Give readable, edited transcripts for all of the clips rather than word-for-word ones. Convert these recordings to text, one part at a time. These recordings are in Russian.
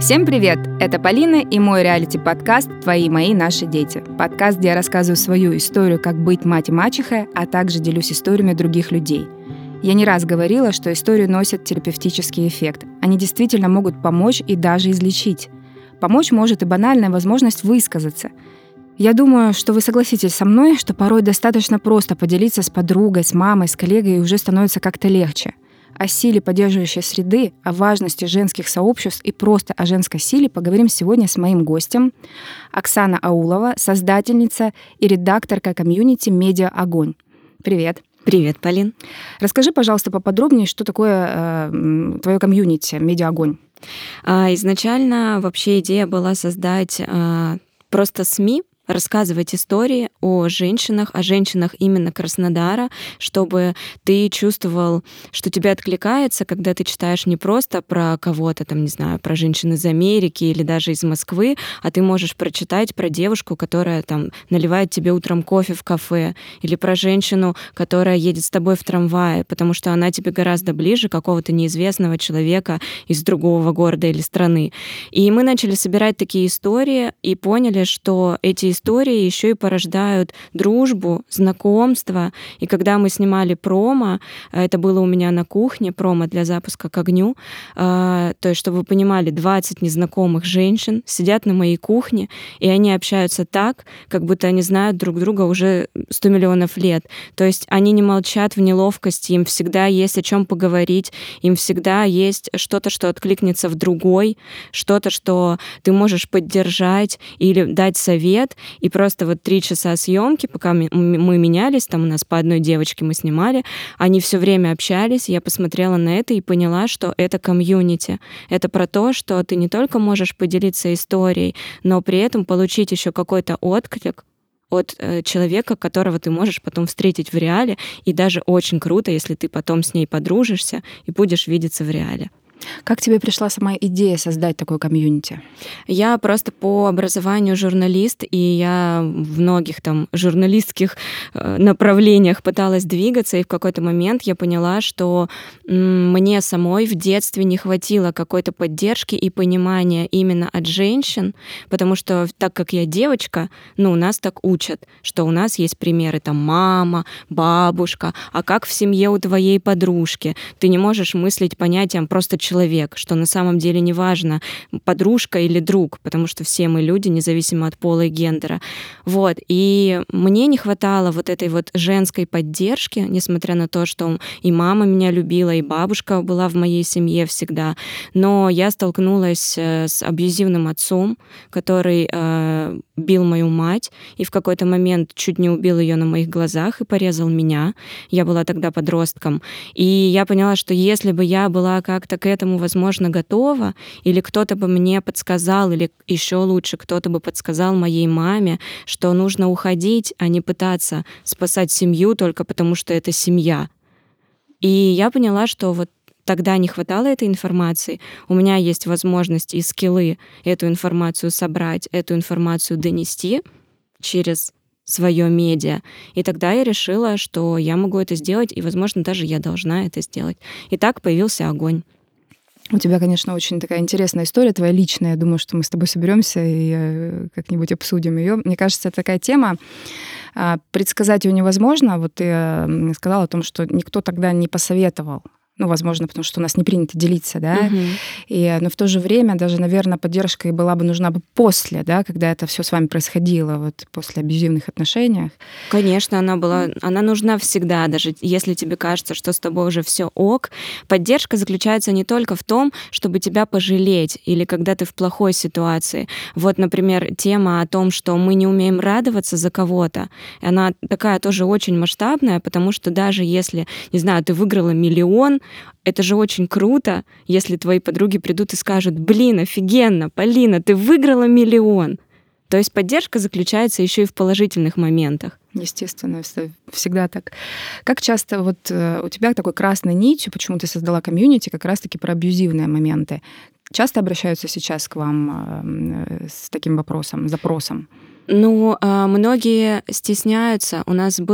Всем привет! Это Полина и мой реалити-подкаст «Твои, мои, наши дети». Подкаст, где я рассказываю свою историю, как быть мать и мачехой, а также делюсь историями других людей. Я не раз говорила, что истории носят терапевтический эффект. Они действительно могут помочь и даже излечить. Помочь может и банальная возможность высказаться. Я думаю, что вы согласитесь со мной, что порой достаточно просто поделиться с подругой, с мамой, с коллегой, и уже становится как-то легче. О силе поддерживающей среды, о важности женских сообществ и просто о женской силе поговорим сегодня с моим гостем. Оксана Аулова, создательница и редакторка комьюнити «Медиа Огонь». Привет. Привет, Полин. Расскажи, пожалуйста, поподробнее, что такое твое комьюнити «Медиа Огонь». Изначально вообще идея была создать просто СМИ, рассказывать истории о женщинах именно Краснодара, чтобы ты чувствовал, что тебе откликается, когда ты читаешь не просто про кого-то, там, не знаю, про женщин из Америки или даже из Москвы, а ты можешь прочитать про девушку, которая там наливает тебе утром кофе в кафе, или про женщину, которая едет с тобой в трамвае, потому что она тебе гораздо ближе какого-то неизвестного человека из другого города или страны. И мы начали собирать такие истории и поняли, что эти истории еще и порождают дружбу, знакомство. И когда мы снимали промо, это было у меня на кухне, промо для запуска к огню, то есть, чтобы вы понимали, 20 незнакомых женщин сидят на моей кухне, и они общаются так, как будто они знают друг друга уже 100 миллионов лет. То есть они не молчат в неловкости, им всегда есть о чем поговорить, им всегда есть что-то, что откликнется в другой, что-то, что ты можешь поддержать или дать совет. И просто вот 3 часа съемки, пока мы менялись, там у нас по одной девочке мы снимали, они все время общались, я посмотрела на это и поняла, что это комьюнити. Это про то, что ты не только можешь поделиться историей, но при этом получить еще какой-то отклик от человека, которого ты можешь потом встретить в реале, и даже очень круто, если ты потом с ней подружишься и будешь видеться в реале. Как тебе пришла сама идея создать такое комьюнити? Я просто по образованию журналист, и я в многих там журналистских направлениях пыталась двигаться, и в какой-то момент я поняла, что мне самой в детстве не хватило какой-то поддержки и понимания именно от женщин, потому что так как я девочка, нас так учат, что у нас есть примеры там мама, бабушка, а как в семье у твоей подружки. Ты не можешь мыслить понятием просто человек, что на самом деле не важно, подружка или друг, потому что все мы люди, независимо от пола и гендера. Вот. И мне не хватало вот этой вот женской поддержки, несмотря на то, что и мама меня любила, и бабушка была в моей семье всегда. Но я столкнулась с абьюзивным отцом, который бил мою мать, и в какой-то момент чуть не убил ее на моих глазах и порезал меня. Я была тогда подростком. И я поняла, что если бы я была как-то к этому, возможно, готова, или кто-то бы мне подсказал, или еще лучше, кто-то бы подсказал моей маме, что нужно уходить, а не пытаться спасать семью только потому, что это семья. И я поняла, что вот тогда не хватало этой информации. У меня есть возможность и скиллы эту информацию собрать, эту информацию донести через свое медиа. И тогда я решила, что я могу это сделать, и, возможно, даже я должна это сделать. И так появился огонь. У тебя, конечно, очень такая интересная история, твоя личная. Я думаю, что мы с тобой соберемся и как-нибудь обсудим ее. Мне кажется, это такая тема, предсказать ее невозможно. Вот ты сказала о том, что никто тогда не посоветовал. Возможно, потому что у нас не принято делиться, да. Но в то же время даже, наверное, поддержка и была бы нужна бы после, да, когда это все с вами происходило, вот после абьюзивных отношений. Конечно, она нужна всегда, даже если тебе кажется, что с тобой уже все ок. Поддержка заключается не только в том, чтобы тебя пожалеть или когда ты в плохой ситуации. Вот, например, тема о том, что мы не умеем радоваться за кого-то, она такая тоже очень масштабная, потому что даже если, не знаю, ты выиграла 1 миллион, это же очень круто, если твои подруги придут и скажут: «Блин, офигенно, Полина, ты выиграла 1 миллион». То есть поддержка заключается еще и в положительных моментах. Естественно, всегда так. Как часто вот у тебя такой красной нитью, почему ты создала комьюнити, как раз-таки про абьюзивные моменты? Часто обращаются сейчас к вам с таким вопросом, запросом? Многие стесняются. У нас был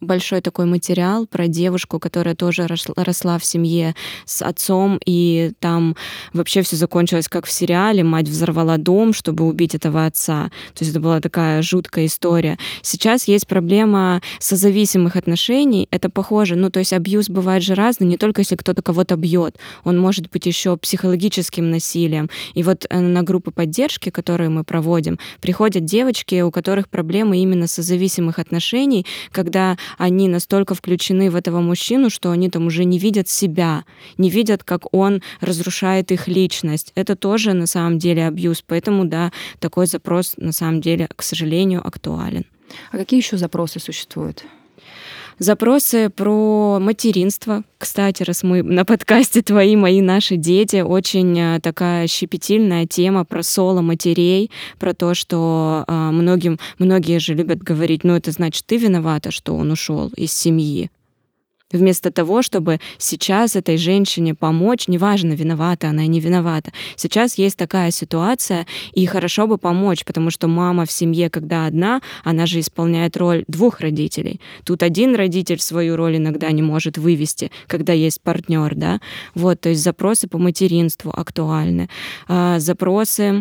большой такой материал про девушку, которая тоже росла в семье с отцом, и там вообще все закончилось как в сериале. Мать взорвала дом, чтобы убить этого отца. То есть это была такая жуткая история. Сейчас есть проблема созависимых отношений. Это похоже, то есть абьюз бывает же разный, не только если кто-то кого-то бьет, он может быть еще психологическим насилием. И вот на группы поддержки, которые мы проводим, приходят девочки, у которых проблемы именно созависимых отношений, когда они настолько включены в этого мужчину, что они там уже не видят себя, не видят, как он разрушает их личность. Это тоже на самом деле абьюз. Поэтому, да, такой запрос на самом деле, к сожалению, актуален. А какие еще запросы существуют? Запросы про материнство. Кстати, раз мы на подкасте «Твои, мои, наши дети», очень такая щепетильная тема про соло-матерей, про то, что многие же любят говорить, это значит, ты виновата, что он ушел из семьи. Вместо того, чтобы сейчас этой женщине помочь, неважно, виновата она или не виновата, сейчас есть такая ситуация, и хорошо бы помочь, потому что мама в семье, когда одна, она же исполняет роль двух родителей. Тут один родитель свою роль иногда не может вывести, когда есть партнер, да. То есть запросы по материнству актуальны. Запросы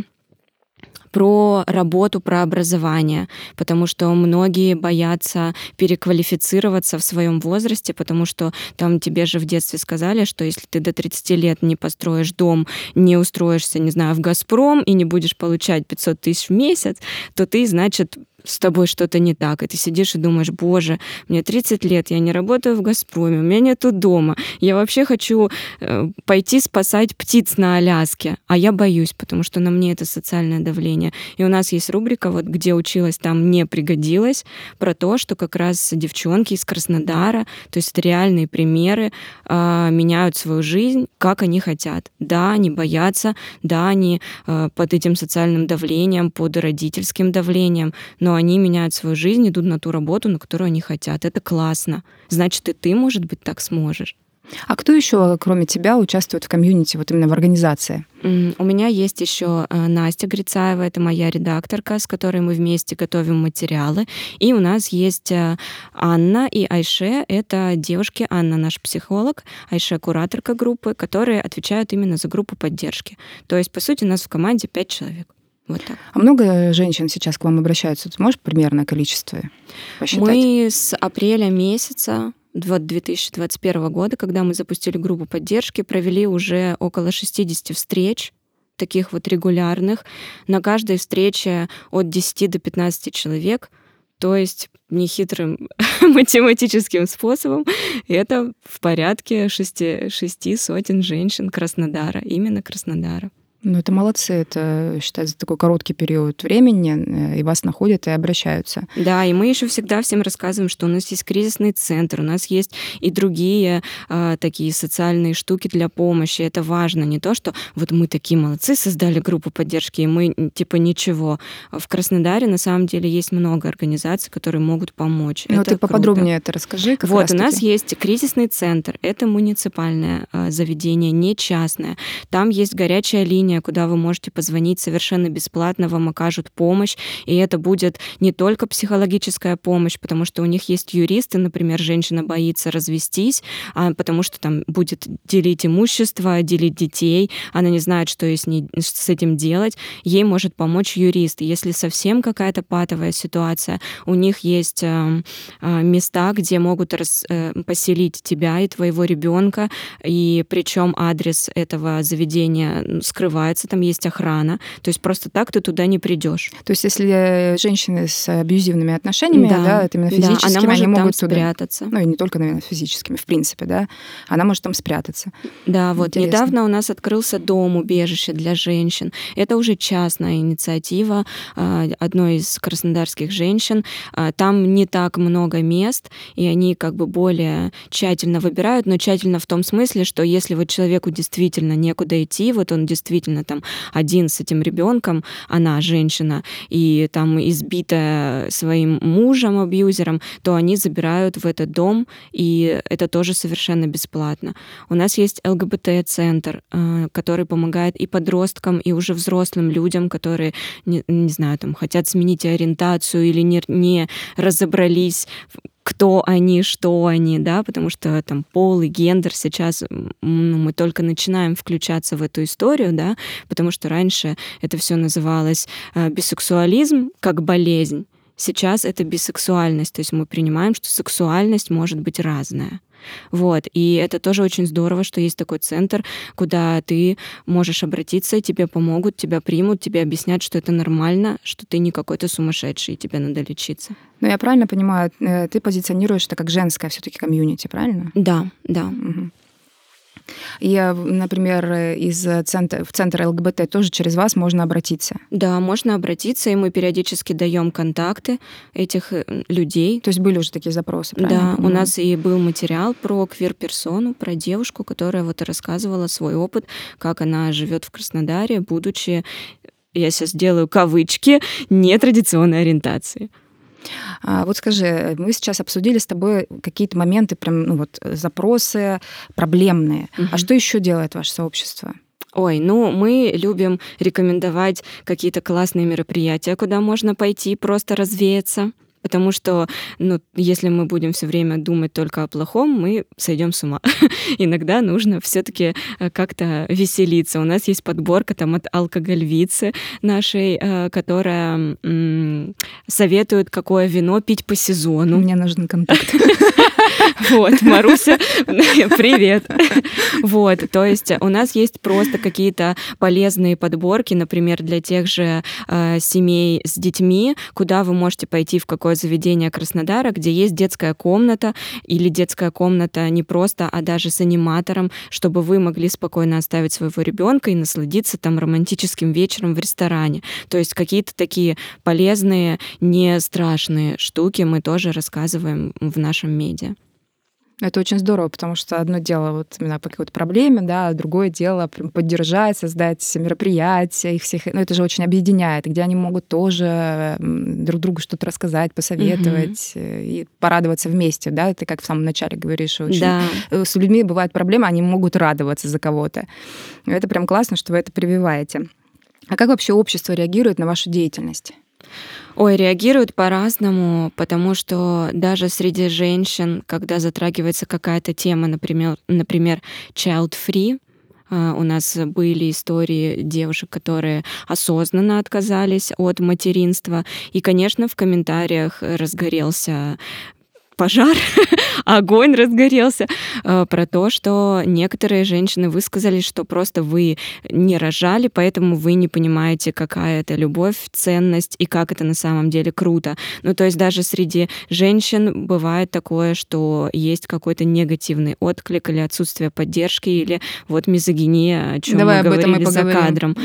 про работу, про образование, потому что многие боятся переквалифицироваться в своем возрасте, потому что там тебе же в детстве сказали, что если ты до 30 лет не построишь дом, не устроишься, не знаю, в «Газпром» и не будешь получать 500 тысяч в месяц, то ты, значит, с тобой что-то не так, и ты сидишь и думаешь, боже, мне 30 лет, я не работаю в «Газпроме», у меня нету дома, я вообще хочу пойти спасать птиц на Аляске, а я боюсь, потому что на мне это социальное давление. И у нас есть рубрика, где училась, там не пригодилась, про то, что как раз девчонки из Краснодара, то есть это реальные примеры, меняют свою жизнь, как они хотят. Да, они боятся, да, они под этим социальным давлением, под родительским давлением, но они меняют свою жизнь, идут на ту работу, на которую они хотят. Это классно. Значит, и ты, может быть, так сможешь. А кто еще, кроме тебя, участвует в комьюнити, именно в организации? У меня есть еще Настя Грицаева, это моя редакторка, с которой мы вместе готовим материалы. И у нас есть Анна и Айше, это девушки. Анна наш психолог, Айше кураторка группы, которые отвечают именно за группу поддержки. То есть, по сути, у нас в команде 5 человек. Вот так. А много женщин сейчас к вам обращаются? Ты можешь примерное количество посчитать? Мы с апреля месяца 2021 года, когда мы запустили группу поддержки, провели уже около 60 встреч, таких регулярных. На каждой встрече от 10 до 15 человек. То есть нехитрым математическим способом это в порядке 6 сотен женщин Краснодара, именно Краснодара. Это молодцы, это считается такой короткий период времени, и вас находят и обращаются. Да, и мы еще всегда всем рассказываем, что у нас есть кризисный центр, у нас есть и другие такие социальные штуки для помощи. Это важно, не то, что мы такие молодцы, создали группу поддержки, и мы ничего. В Краснодаре на самом деле есть много организаций, которые могут помочь. Это ты поподробнее это расскажи. У нас есть кризисный центр, это муниципальное заведение, не частное. Там есть горячая линия, куда вы можете позвонить совершенно бесплатно, вам окажут помощь, и это будет не только психологическая помощь, потому что у них есть юристы, например, женщина боится развестись, потому что там будет делить имущество, делить детей, она не знает, что ей с этим делать, ей может помочь юрист. Если совсем какая-то патовая ситуация, у них есть места, где могут поселить тебя и твоего ребенка, и причем адрес этого заведения скрывается, там есть охрана, то есть просто так ты туда не придешь. То есть если женщины с абьюзивными отношениями, это именно физическими, она может они могут там спрятаться. И не только, наверное, физическими, в принципе, да, она может там спрятаться. Да, недавно у нас открылся дом-убежище для женщин. Это уже частная инициатива одной из краснодарских женщин. Там не так много мест, и они более тщательно выбирают, но тщательно в том смысле, что если человеку действительно некуда идти, он действительно там один с этим ребенком, она женщина, и там избитая своим мужем, абьюзером, то они забирают в этот дом, и это тоже совершенно бесплатно. У нас есть ЛГБТ-центр, который помогает и подросткам, и уже взрослым людям, которые, не знаю, там, хотят сменить ориентацию или не разобрались, кто они, что они, да, потому что там пол и гендер сейчас мы только начинаем включаться в эту историю, да, потому что раньше это все называлось бисексуализм как болезнь. Сейчас это бисексуальность, то есть мы принимаем, что сексуальность может быть разная. Вот. И это тоже очень здорово, что есть такой центр, куда ты можешь обратиться, тебе помогут, тебя примут, тебе объяснят, что это нормально, что ты не какой-то сумасшедший, и тебе надо лечиться. Ну, я правильно понимаю, ты позиционируешь это как женское все-таки комьюнити, правильно? Да, да. Угу. И, например, в центр ЛГБТ тоже через вас можно обратиться? Да, можно обратиться, и мы периодически даем контакты этих людей. То есть были уже такие запросы, правильно? Да, у нас и был материал про квир-персону, про девушку, которая вот рассказывала свой опыт, как она живет в Краснодаре, будучи, я сейчас делаю кавычки, нетрадиционной ориентации. Вот скажи, мы сейчас обсудили с тобой какие-то моменты, прям, запросы проблемные. Угу. А что еще делает ваше сообщество? Ой, мы любим рекомендовать какие-то классные мероприятия, куда можно пойти просто развеяться. Потому что, если мы будем все время думать только о плохом, мы сойдем с ума. Иногда нужно все-таки как-то веселиться. У нас есть подборка там от алкогольвицы нашей, которая советует, какое вино пить по сезону. Мне нужен контакт. Вот, Маруся, привет. Вот, то есть у нас есть просто какие-то полезные подборки, например, для тех же семей с детьми, куда вы можете пойти в какое заведение Краснодара, где есть детская комната или детская комната не просто, а даже с аниматором, чтобы вы могли спокойно оставить своего ребенка и насладиться там романтическим вечером в ресторане. То есть какие-то такие полезные, не страшные штуки мы тоже рассказываем в нашем медиа. Это очень здорово, потому что одно дело именно по какой-то проблеме, да, а другое дело прям поддержать, создать мероприятия, их всех, это же очень объединяет, где они могут тоже друг другу что-то рассказать, посоветовать и порадоваться вместе, да, ты как в самом начале говоришь, очень да. С людьми бывают проблемы, они могут радоваться за кого-то. Это прям классно, что вы это прививаете. А как вообще общество реагирует на вашу деятельность? Ой, реагируют по-разному, потому что даже среди женщин, когда затрагивается какая-то тема, например, child-free, у нас были истории девушек, которые осознанно отказались от материнства. И, конечно, в комментариях разгорелся пожар, огонь разгорелся, про то, что некоторые женщины высказались, что просто вы не рожали, поэтому вы не понимаете, какая это любовь, ценность и как это на самом деле круто. То есть даже среди женщин бывает такое, что есть какой-то негативный отклик или отсутствие поддержки, или мизогиния, о чем мы говорили за кадром.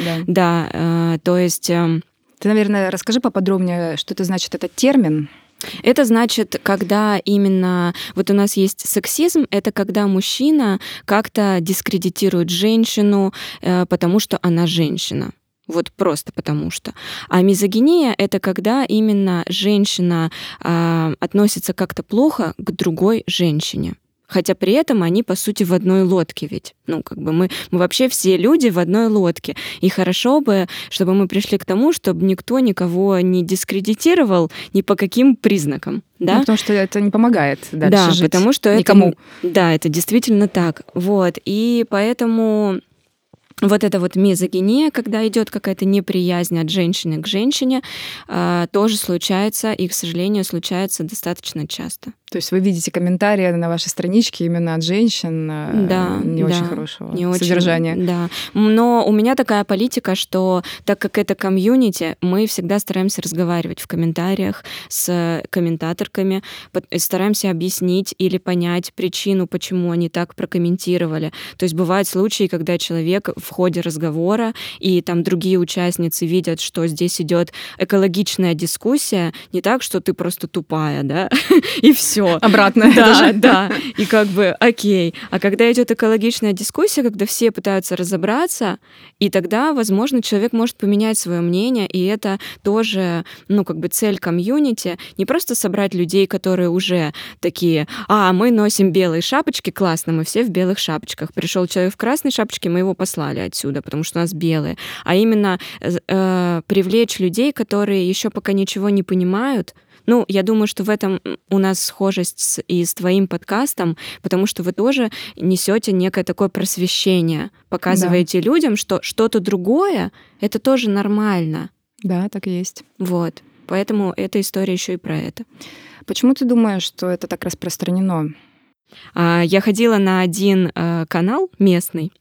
Да, то есть... Ты, наверное, расскажи поподробнее, что это значит этот термин. Это значит, когда именно... у нас есть сексизм, это когда мужчина как-то дискредитирует женщину, потому что она женщина. Просто потому что. А мизогиния — это когда именно женщина относится как-то плохо к другой женщине. Хотя при этом они, по сути, в одной лодке ведь. Мы вообще все люди в одной лодке. И хорошо бы, чтобы мы пришли к тому, чтобы никто никого не дискредитировал ни по каким признакам. Да? Потому что это не помогает дальше жить потому что никому. Это действительно так. И поэтому... эта мизогиния, когда идет какая-то неприязнь от женщины к женщине, тоже случается, и, к сожалению, случается достаточно часто. То есть вы видите комментарии на вашей страничке именно от женщин не очень хорошего содержания. Да. Но у меня такая политика, что так как это комьюнити, мы всегда стараемся разговаривать в комментариях с комментаторками, стараемся объяснить или понять причину, почему они так прокомментировали. То есть бывают случаи, когда человек в ходе разговора, и там другие участницы видят, что здесь идет экологичная дискуссия, не так, что ты просто тупая, да, и все. Обратно. Да. И окей. А когда идет экологичная дискуссия, когда все пытаются разобраться, и тогда, возможно, человек может поменять свое мнение, и это тоже, цель комьюнити, не просто собрать людей, которые уже такие, мы носим белые шапочки, классно, мы все в белых шапочках. Пришел человек в красной шапочке, мы его послали отсюда, потому что у нас белые. А именно привлечь людей, которые еще пока ничего не понимают, Ну, я думаю, что в этом у нас схожесть и с твоим подкастом, потому что вы тоже несете некое такое просвещение, показываете людям, что что-то другое — это тоже нормально. Да, так и есть. Вот. Поэтому эта история еще и про это. Почему ты думаешь, что это так распространено? Я ходила на один канал местный,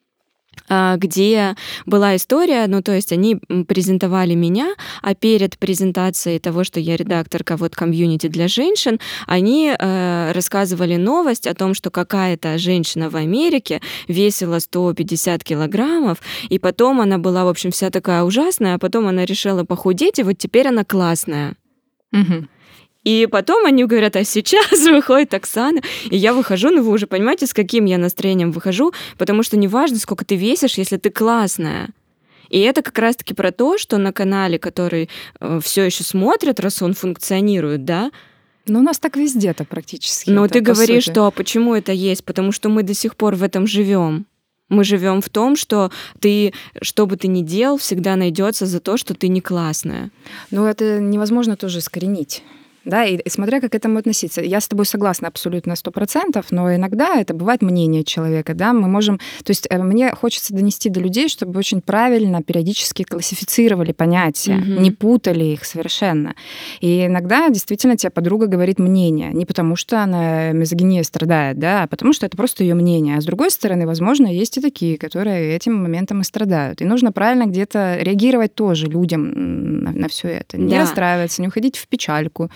где была история, ну, то есть они презентовали меня, а перед презентацией того, что я редакторка вот комьюнити для женщин, они рассказывали новость о том, что какая-то женщина в Америке весила 150 килограммов, и потом она была, в общем, вся такая ужасная, а потом она решила похудеть, и вот теперь она классная. Угу. И потом они говорят, а сейчас выходит Оксана, и я выхожу, ну вы уже понимаете, с каким я настроением выхожу, потому что неважно, сколько ты весишь, если ты классная. И это как раз-таки про то, что на канале, который все еще смотрят, раз он функционирует, да. Но у нас так везде-то практически. Но это, ты говоришь, сути. что почему это есть? Потому что мы до сих пор в этом живем. Мы живем в том, что ты, что бы ты ни делал, всегда найдется за то, что ты не классная. Но это невозможно тоже искоренить. Да, и смотря как к этому относиться. Я с тобой согласна абсолютно 100%, но иногда это бывает мнение человека, да, мы можем... То есть мне хочется донести до людей, чтобы очень правильно периодически классифицировали понятия, не путали их совершенно. И иногда действительно тебе подруга говорит мнение, не потому что она мизогинией страдает, да, а потому что это просто ее мнение. А с другой стороны, возможно, есть и такие, которые этим моментом и страдают. И нужно правильно где-то реагировать тоже людям на все это. Не расстраиваться, не уходить в печальку.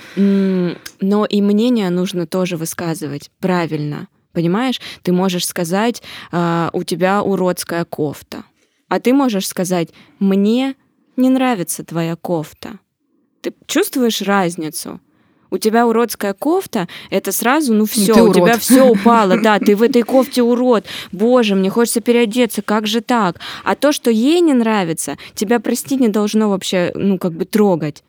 Но и мнение нужно тоже высказывать правильно. Понимаешь? Ты можешь сказать, у тебя уродская кофта. А ты можешь сказать, мне не нравится твоя кофта. Ты чувствуешь разницу? У тебя уродская кофта, это сразу, ну все, у тебя все упало, да, ты в этой кофте урод. Боже, мне хочется переодеться, как же так? А то, что ей не нравится, тебя, прости, не должно вообще, ну, как бы трогать.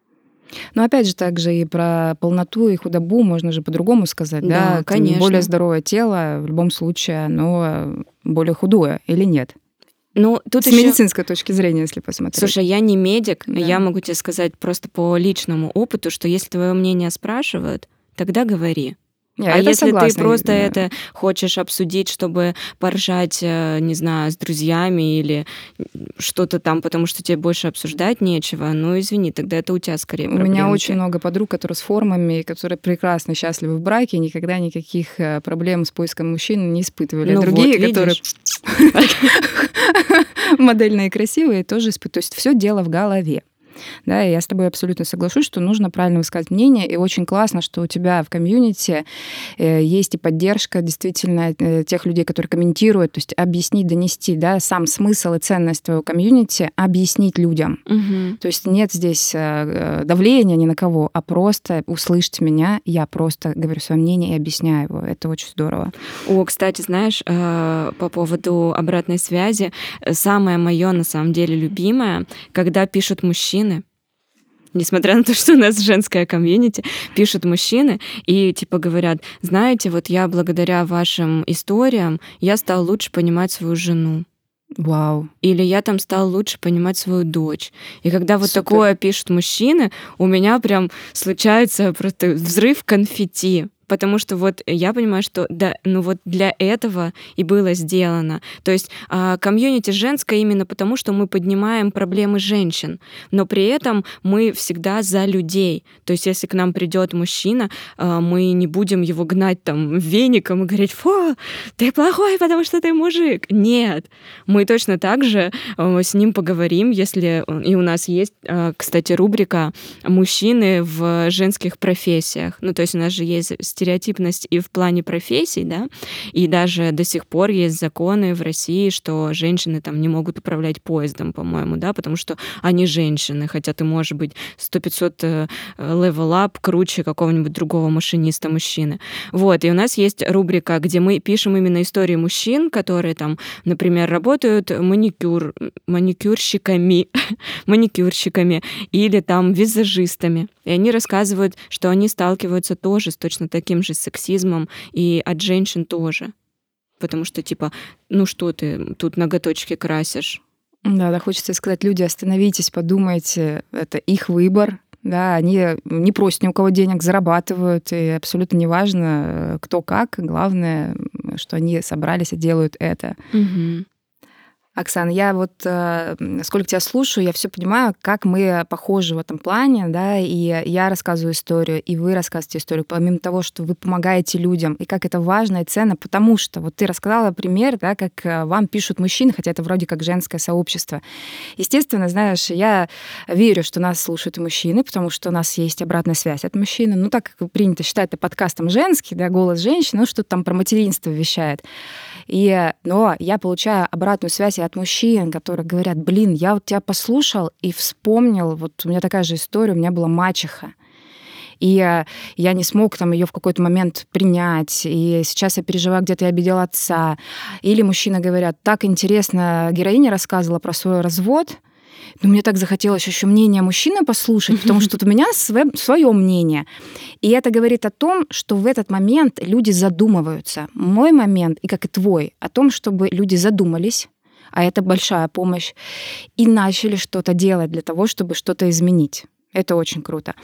Но опять же, также и про полноту и худобу можно же по-другому сказать, да? Конечно. Более здоровое тело, в любом случае, оно более худое или нет? Ну, тут с медицинской точки зрения, если посмотреть. Слушай, я не медик, да. Я могу тебе сказать просто по личному опыту, что если твое мнение спрашивают, тогда говори. А если ты просто это хочешь обсудить, чтобы поржать, не знаю, с друзьями или что-то там, потому что тебе больше обсуждать нечего, ну, извини, тогда это у тебя скорее проблемки. У меня очень много подруг, которые с формами, которые прекрасно счастливы в браке, никогда никаких проблем с поиском мужчин не испытывали. Ну, другие, вот, которые модельные и красивые, тоже испытывают. То есть все дело в голове. Да, и я с тобой абсолютно соглашусь, что нужно правильно высказать мнение, и очень классно, что у тебя в комьюнити есть и поддержка действительно тех людей, которые комментируют, то есть объяснить, донести, да, сам смысл и ценность твоего комьюнити, объяснить людям. То есть нет здесь давления ни на кого, а просто услышьте меня, я просто говорю свое мнение и объясняю его. Это очень здорово. О, кстати, знаешь, по поводу обратной связи, самое мое на самом деле любимое, когда пишут мужчины, несмотря на то, что у нас женское комьюнити, пишут мужчины и типа говорят, знаете, вот я благодаря вашим историям, я стал лучше понимать свою жену. Вау. Или я там стал лучше понимать свою дочь. И когда вот такое пишут мужчины, у меня прям случается просто взрыв конфетти. Потому что вот я понимаю, что да, ну вот для этого и было сделано. То есть комьюнити женское именно потому, что мы поднимаем проблемы женщин, но при этом мы всегда за людей. То есть если к нам придет мужчина, мы не будем его гнать там веником и говорить: «Фу, ты плохой, потому что ты мужик». Нет, мы точно так же с ним поговорим, если... И у нас есть, кстати, рубрика «Мужчины в женских профессиях». Ну то есть у нас же есть стереотипность и в плане профессий, да, и даже до сих пор есть законы в России, что женщины там не могут управлять поездом, по-моему, да, потому что они женщины, хотя ты можешь быть 100-500 level up круче какого-нибудь другого машиниста-мужчины. Вот, и у нас есть рубрика, где мы пишем именно истории мужчин, которые там, например, работают маникюрщиками или там визажистами, и они рассказывают, что они сталкиваются тоже с точно таким же сексизмом и от женщин тоже. Потому что, типа, ну что ты тут ноготочки красишь? Да, хочется сказать, люди, остановитесь, подумайте, это их выбор, Да, они не просят ни у кого денег, зарабатывают, и абсолютно неважно, кто как. Главное, что они собрались и делают это. Мгм. Оксана, я вот сколько тебя слушаю, я все понимаю, как мы похожи в этом плане, да, и я рассказываю историю, и вы рассказываете историю, помимо того, что вы помогаете людям, и как это важно и ценно, потому что вот ты рассказала пример, да, как вам пишут мужчины, хотя это вроде как женское сообщество. Естественно, знаешь, я верю, что нас слушают и мужчины, потому что у нас есть обратная связь от мужчины. Ну, так как принято считать, это подкастом женский, да, голос женщины, ну, что-то там про материнство вещает. Но я получаю обратную связь и от мужчин, которые говорят: блин, я вот тебя послушал и вспомнил, вот у меня такая же история, у меня была мачеха. И я не смог там ее в какой-то момент принять, и сейчас я переживаю, где-то я обидела отца. Или мужчины говорят: так интересно, героиня рассказывала про свой развод, но мне так захотелось еще мнение мужчины послушать, потому что у меня свое мнение. И это говорит о том, что в этот момент люди задумываются. Мой момент, и как и твой, о том, чтобы люди задумались, а это большая помощь, и начали что-то делать для того, чтобы что-то изменить. Это очень круто.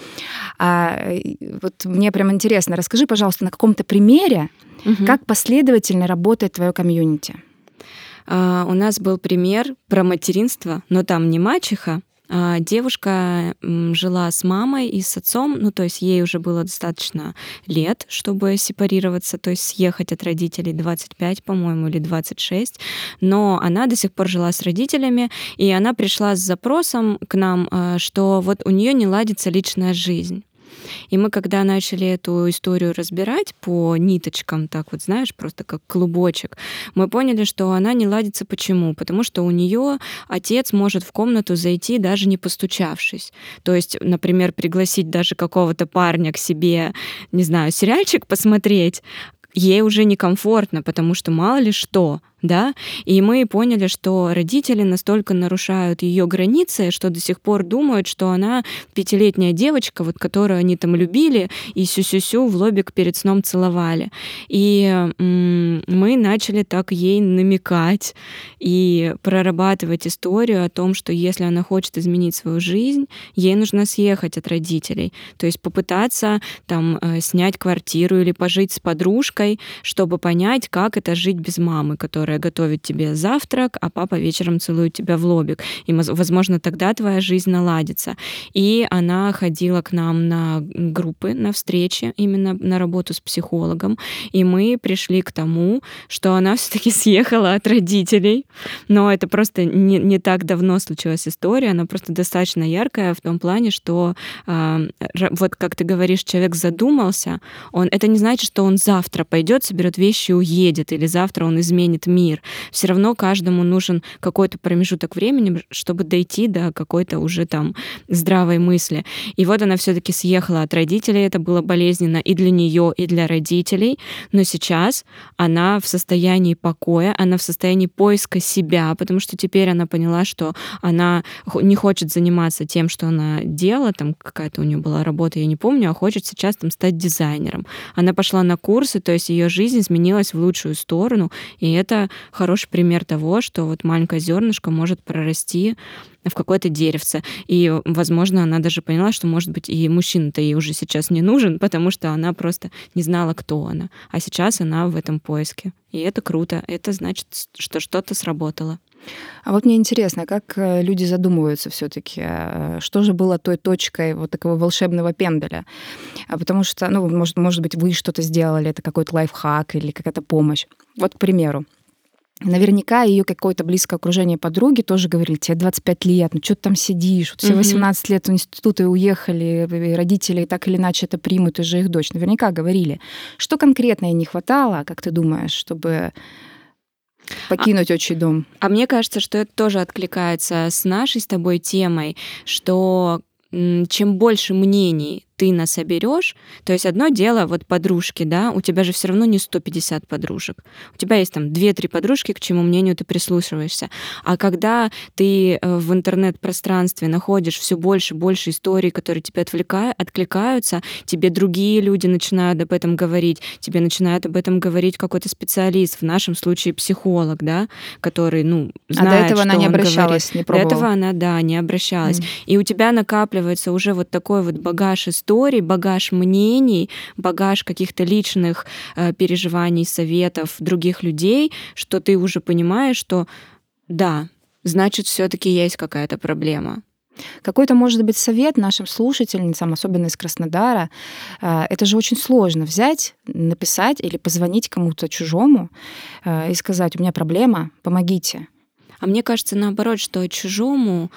Вот мне прям интересно, расскажи, пожалуйста, на каком-то примере, как последовательно работает твое комьюнити. У нас был пример про материнство, но там не мачеха. Девушка жила с мамой и с отцом, ну, то есть ей уже было достаточно лет, чтобы сепарироваться, то есть съехать от родителей, 25, по-моему, или 26, но она до сих пор жила с родителями, и она пришла с запросом к нам, что вот у нее не ладится личная жизнь. И мы, когда начали эту историю разбирать по ниточкам, так вот, знаешь, просто как клубочек, мы поняли, что она не ладится. Почему? Потому что у нее отец может в комнату зайти, даже не постучавшись. То есть, например, пригласить даже какого-то парня к себе, не знаю, сериальчик посмотреть, ей уже некомфортно, потому что мало ли что, да, и мы поняли, что родители настолько нарушают ее границы, что до сих пор думают, что она 5-летняя девочка, вот, которую они там любили и сю-сю-сю в лобик перед сном целовали. И мы начали так ей намекать и прорабатывать историю о том, что если она хочет изменить свою жизнь, ей нужно съехать от родителей, то есть попытаться там снять квартиру или пожить с подружкой, чтобы понять, как это жить без мамы, которая готовит тебе завтрак, а папа вечером целует тебя в лобик. И, возможно, тогда твоя жизнь наладится. И она ходила к нам на группы, на встречи, именно на работу с психологом. И мы пришли к тому, что она все-таки съехала от родителей. Но это просто не так давно случилась история. Она просто достаточно яркая в том плане, что вот как ты говоришь, человек задумался, это не значит, что он завтра пойдет, соберет вещи и уедет, или завтра он изменит мир. Все равно каждому нужен какой-то промежуток времени, чтобы дойти до какой-то уже там здравой мысли. И вот она все-таки съехала от родителей, это было болезненно и для нее, и для родителей, но сейчас она в состоянии покоя, она в состоянии поиска себя, потому что теперь она поняла, что она не хочет заниматься тем, что она делала, там какая-то у нее была работа, я не помню, а хочет сейчас там стать дизайнером. Она пошла на курсы, то есть ее жизнь изменилась в лучшую сторону, и это хороший пример того, что вот маленькое зернышко может прорасти в какое-то деревце. И, возможно, она даже поняла, что, может быть, и мужчина-то ей уже сейчас не нужен, потому что она просто не знала, кто она. А сейчас она в этом поиске. И это круто. Это значит, что что-то сработало. А вот мне интересно, как люди задумываются все-таки, что же было той точкой вот такого волшебного пенделя? Потому что, ну, может быть, вы что-то сделали, это какой-то лайфхак или какая-то помощь. Вот, к примеру, наверняка ее какое-то близкое окружение подруги тоже говорили: тебе 25 лет, ну что ты там сидишь? Вот все 18 лет в институт и уехали, и родители так или иначе это примут, ты же их дочь. Наверняка говорили. Что конкретно ей не хватало, как ты думаешь, чтобы покинуть отчий дом? А мне кажется, что это тоже откликается с нашей с тобой темой, что чем больше мнений ты насоберешь, то есть одно дело, вот подружки, да, у тебя же все равно не 150 подружек. У тебя есть там 2-3 подружки, к чему мнению ты прислушиваешься. А когда ты в интернет-пространстве находишь все больше и больше историй, которые тебе откликаются, тебе другие люди начинают об этом говорить, тебе начинает об этом говорить какой-то специалист, в нашем случае психолог, да, который, знает, до этого она не обращалась, говорит. не пробовала. До этого она, да, не обращалась. И у тебя накапливается уже вот такой вот багаж историй, багаж мнений, багаж каких-то личных переживаний, советов других людей, что ты уже понимаешь, что да, значит, все-таки есть какая-то проблема. Какой-то, может быть, совет нашим слушательницам, особенно из Краснодара. Это же очень сложно взять, написать или позвонить кому-то чужому и сказать: у меня проблема, помогите. А мне кажется, наоборот, что чужому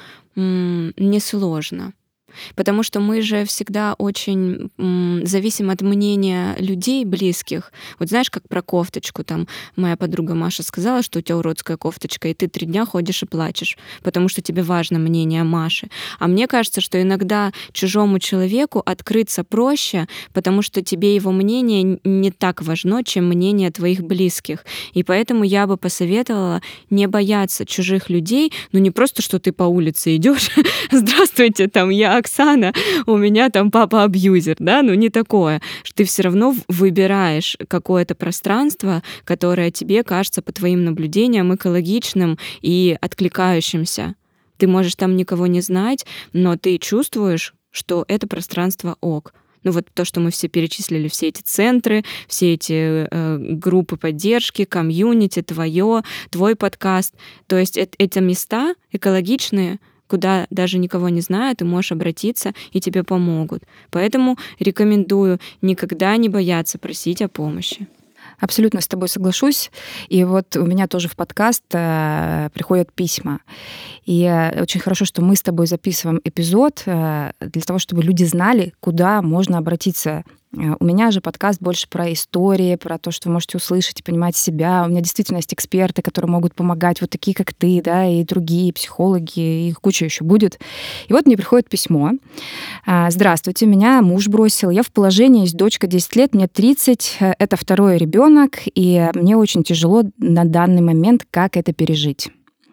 несложно. Потому что мы же всегда очень зависим от мнения людей близких. Вот знаешь, как про кофточку, там моя подруга Маша сказала, что у тебя уродская кофточка, и ты 3 дня ходишь и плачешь, потому что тебе важно мнение Маши. А мне кажется, что иногда чужому человеку открыться проще, потому что тебе его мнение не так важно, чем мнение твоих близких. И поэтому я бы посоветовала не бояться чужих людей, не просто, что ты по улице идешь, здравствуйте, там я Оксана, у меня там папа абьюзер, да, не такое, что ты все равно выбираешь какое-то пространство, которое тебе кажется по твоим наблюдениям экологичным и откликающимся. Ты можешь там никого не знать, но ты чувствуешь, что это пространство ок. Вот то, что мы все перечислили, все эти центры, все эти группы поддержки, комьюнити, твой подкаст. То есть это места экологичные, куда даже никого не знают, ты можешь обратиться, и тебе помогут. Поэтому рекомендую никогда не бояться просить о помощи. Абсолютно с тобой соглашусь. И вот у меня тоже в подкаст приходят письма. И очень хорошо, что мы с тобой записываем эпизод для того, чтобы люди знали, куда можно обратиться. У меня же подкаст больше про истории, про то, что вы можете услышать и понимать себя. У меня действительно есть эксперты, которые могут помогать, вот такие, как ты, да, и другие психологи, их куча еще будет. И вот мне приходит письмо. Здравствуйте, меня муж бросил, я в положении, есть дочка 10 лет, мне 30, это 2-й ребенок, и мне очень тяжело на данный момент, как это пережить.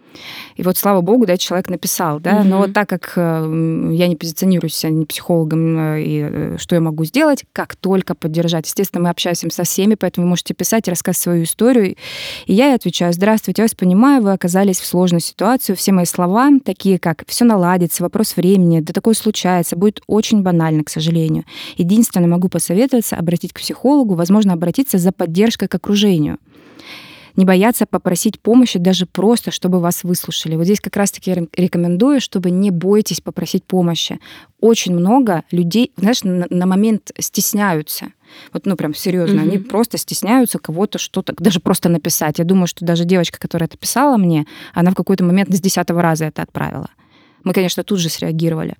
И вот, слава богу, да, человек написал, да, но вот так как я не позиционирую себя ни психологом, и что я могу сделать, как только поддержать. Естественно, мы общаемся со всеми, поэтому вы можете писать и рассказывать свою историю. И я ей отвечаю: здравствуйте, я вас понимаю, вы оказались в сложной ситуации. Все мои слова, такие как «все наладится», «вопрос времени», «да такое случается», будет очень банально, к сожалению. Единственное, могу посоветоваться обратить к психологу, возможно, обратиться за поддержкой к окружению. Не бояться попросить помощи даже просто, чтобы вас выслушали. Вот здесь как раз-таки я рекомендую, чтобы не бойтесь попросить помощи. Очень много людей, знаешь, на момент стесняются. Вот, прям серьезно, они просто стесняются кого-то что-то, даже просто написать. Я думаю, что даже девочка, которая это писала мне, она в какой-то момент с 10-го раза это отправила. Мы, конечно, тут же среагировали.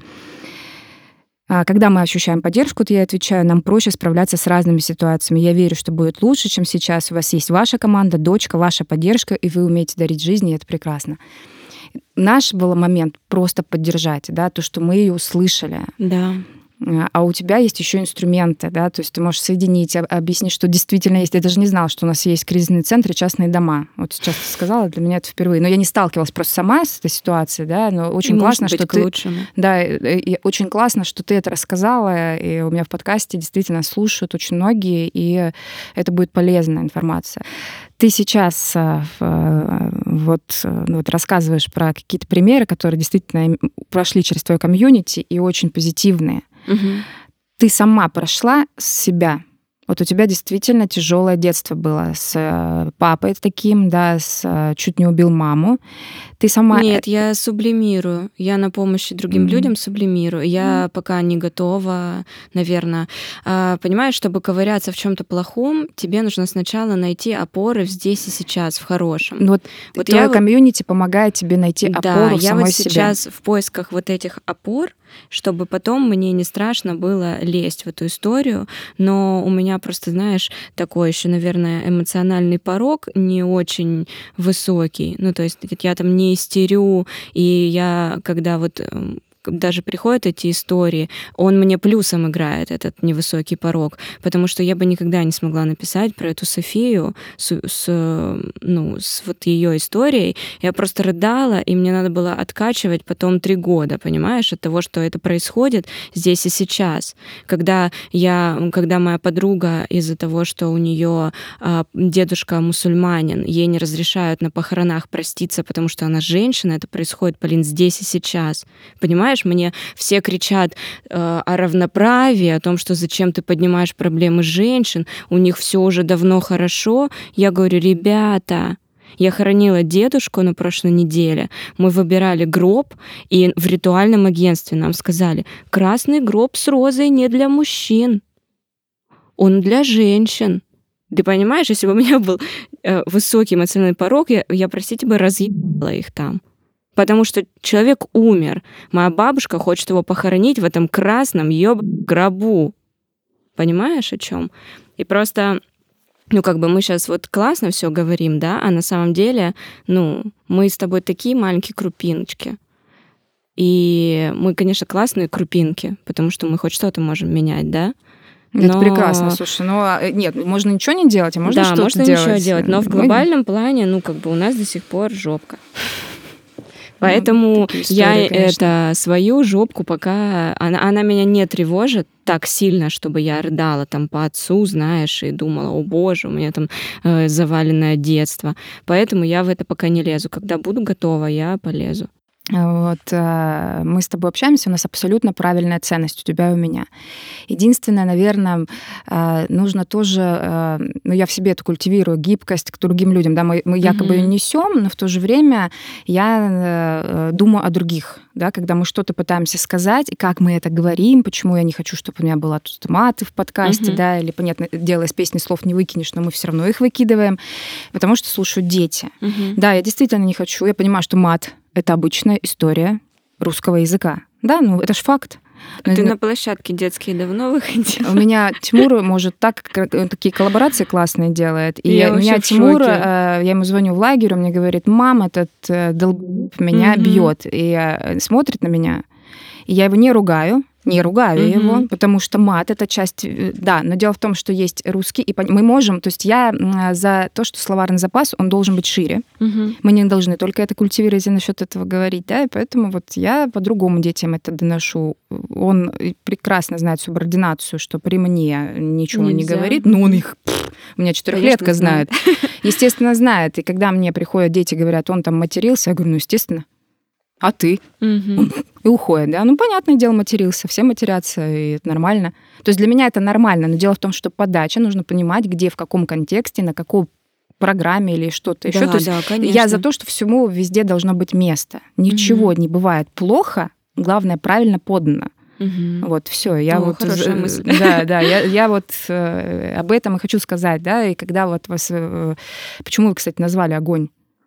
Когда мы ощущаем поддержку, то я отвечаю: нам проще справляться с разными ситуациями. Я верю, что будет лучше, чем сейчас. У вас есть ваша команда, дочка, ваша поддержка, и вы умеете дарить жизнь, и это прекрасно. Наш был момент просто поддержать, да, то, что мы ее услышали. Да. А у тебя есть еще инструменты, да, то есть ты можешь соединить, объяснить, что действительно есть. Я даже не знала, что у нас есть кризисные центры, частные дома. Вот сейчас ты сказала, для меня это впервые. Но я не сталкивалась просто сама с этой ситуацией, да, но очень классно, что ты... Да, и очень классно, что ты это рассказала, и у меня в подкасте действительно слушают очень многие, и это будет полезная информация. Ты сейчас рассказываешь про какие-то примеры, которые действительно прошли через твое комьюнити и очень позитивные. Ты сама прошла с себя. Вот у тебя действительно тяжелое детство было с папой таким, да, чуть не убил маму. Ты сама... Нет, я сублимирую. Я на помощи другим людям сублимирую. Я пока не готова, наверное. Понимаешь, чтобы ковыряться в чем-то плохом, тебе нужно сначала найти опоры здесь и сейчас, в хорошем. Вот твое комьюнити помогает тебе найти опору в самой себе. Да, я вот сейчас в поисках вот этих опор, чтобы потом мне не страшно было лезть в эту историю, но у меня просто, знаешь, такой еще, наверное, эмоциональный порог не очень высокий. То есть я там не истерю, и я, когда вот даже приходят эти истории, он мне плюсом играет, этот невысокий порог, потому что я бы никогда не смогла написать про эту Софию с вот ее историей. Я просто рыдала, и мне надо было откачивать потом 3 года, понимаешь, от того, что это происходит здесь и сейчас. Когда моя подруга из-за того, что у нее дедушка мусульманин, ей не разрешают на похоронах проститься, потому что она женщина, это происходит, Полин, здесь и сейчас. Понимаешь? Мне все кричат о равноправии, о том, что зачем ты поднимаешь проблемы женщин, у них все уже давно хорошо. Я говорю, ребята, я хоронила дедушку на прошлой неделе, мы выбирали гроб, и в ритуальном агентстве нам сказали, красный гроб с розой не для мужчин, он для женщин. Ты понимаешь, если бы у меня был высокий эмоциональный порог, я простите, бы разъебала их там. Потому что человек умер. Моя бабушка хочет его похоронить в этом красном гробу. Понимаешь, о чем? И просто, мы сейчас вот классно все говорим, да, а на самом деле, мы с тобой такие маленькие крупиночки. И мы, конечно, классные крупинки, потому что мы хоть что-то можем менять, да? Это прекрасно, слушай. Нет, можно ничего не делать, а можно что-то делать. Да, можно ничего делать, но в глобальном плане, у нас до сих пор жопка. Поэтому истории, свою жопку пока... Она меня не тревожит так сильно, чтобы я рыдала там по отцу, знаешь, и думала, о боже, у меня там заваленное детство. Поэтому я в это пока не лезу. Когда буду готова, я полезу. Вот мы с тобой общаемся, у нас абсолютно правильная ценность у тебя и у меня. Единственное, наверное, нужно тоже, я в себе это культивирую, гибкость к другим людям, да, мы якобы ее несем, но в то же время я думаю о других, да, когда мы что-то пытаемся сказать, и как мы это говорим, почему я не хочу, чтобы у меня была тут маты в подкасте, да, или, понятное дело, из песни слов не выкинешь, но мы все равно их выкидываем, потому что слушают дети. Да, я действительно не хочу, я понимаю, что мат — это обычная история русского языка. Да, это ж факт. Ты на площадке детские давно выходила? У меня Тимур может такие коллаборации классные делает. И меня Тимур, я ему звоню в лагерь, он мне говорит, мам, этот долб меня бьет. И смотрит на меня. И я его не ругаю его, потому что мат — это часть... Да, но дело в том, что есть русский, и мы можем... То есть я за то, что словарный запас, он должен быть шире. Мы не должны только это культивировать и насчет этого говорить, да, и поэтому вот я по-другому детям это доношу. Он прекрасно знает субординацию, что при мне ничего не говорит, но он их... У меня 4-летка знает. Естественно, знает. И когда мне приходят дети, говорят, он там матерился, я говорю, естественно. А ты? И уходит, да? Понятное дело, матерился. Все матерятся, и это нормально. То есть для меня это нормально, но дело в том, что подача, нужно понимать, где, в каком контексте, на какой программе или что-то еще. То есть я за то, что всему везде должно быть место. Ничего не бывает плохо, главное, правильно подано. Вот, все. Хорошая мысль. Да, я вот об этом и хочу сказать, да, и когда вот вас... Почему вы, кстати, назвали огонь?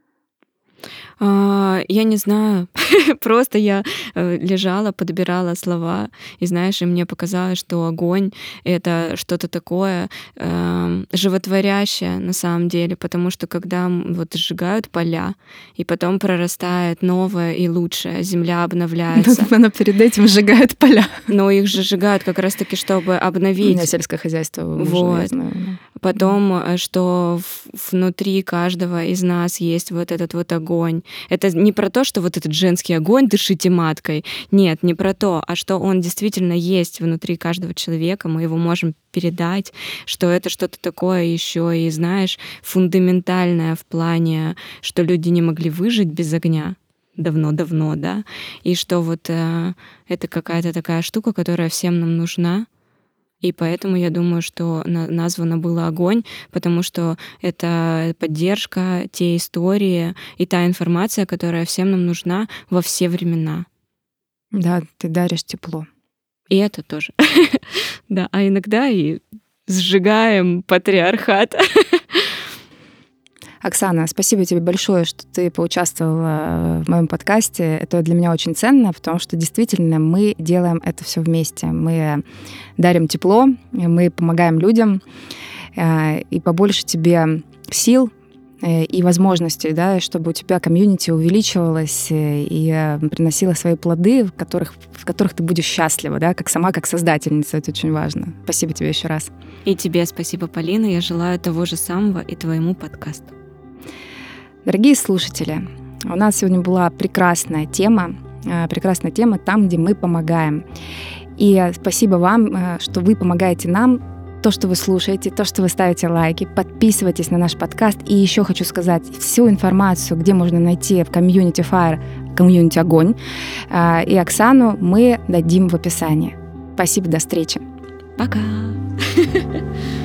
Я не знаю. Просто я лежала, подбирала слова, и, знаешь, и мне показалось, что огонь — это что-то такое животворящее на самом деле, потому что когда вот сжигают поля, и потом прорастает новое и лучшее, земля обновляется. Но перед этим сжигают поля. Но их же сжигают как раз-таки, чтобы обновить. У меня сельское хозяйство. Вот. Потом, что внутри каждого из нас есть вот этот вот огонь. Это не про то, что вот этот женский огонь, дышите маткой. Нет, не про то, а что он действительно есть внутри каждого человека, мы его можем передать, что это что-то такое еще и, знаешь, фундаментальное в плане, что люди не могли выжить без огня. Давно-давно, да, и что вот это какая-то такая штука, которая всем нам нужна, и поэтому я думаю, что названо было «Огонь», потому что это поддержка, те истории и та информация, которая всем нам нужна во все времена. Да, ты даришь тепло. И это тоже. Да, а иногда и сжигаем патриархат. Оксана, спасибо тебе большое, что ты поучаствовала в моем подкасте. Это для меня очень ценно, потому что действительно мы делаем это все вместе. Мы дарим тепло, мы помогаем людям. И побольше тебе сил, и возможностей, да, чтобы у тебя комьюнити увеличивалось и приносило свои плоды, в которых ты будешь счастлива, да, как создательница. Это очень важно. Спасибо тебе еще раз. И тебе спасибо, Полина. Я желаю того же самого и твоему подкасту. Дорогие слушатели, у нас сегодня была прекрасная тема там, где мы помогаем. И спасибо вам, что вы помогаете нам, то, что вы слушаете, то, что вы ставите лайки, подписывайтесь на наш подкаст. И еще хочу сказать, всю информацию, где можно найти в Community Fire, Community Огонь, и Оксану мы дадим в описании. Спасибо, до встречи. Пока!